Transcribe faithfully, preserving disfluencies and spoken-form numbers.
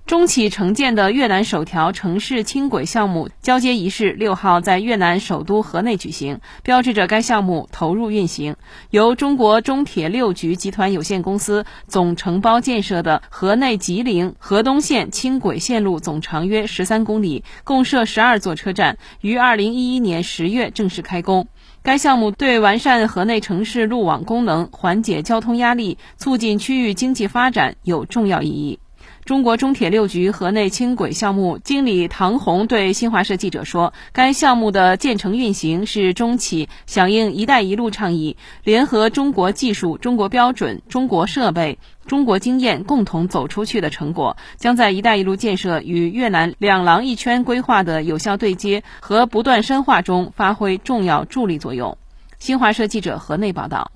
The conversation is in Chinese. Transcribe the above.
中企承建的越南首条城市轻轨项目交接仪式六号在越南首都河内举行，标志着该项目投入运行。由中国中铁六局集团有限公司总承包建设的河内吉林河东线轻轨线路总长约十三公里，共设十二座车站，于二零一一年十月正式开工。该项目对完善河内城市路网功能、缓解交通压力、促进区域经济发展有重要意义。中国中铁六局河内轻轨项目经理唐红对新华社记者说，该项目的建成运行是中企响应“一带一路”倡议，联合中国技术、中国标准、中国设备、中国经验共同走出去的成果，将在“一带一路”建设与越南两廊一圈规划的有效对接和不断深化中发挥重要助力作用。新华社记者河内报道。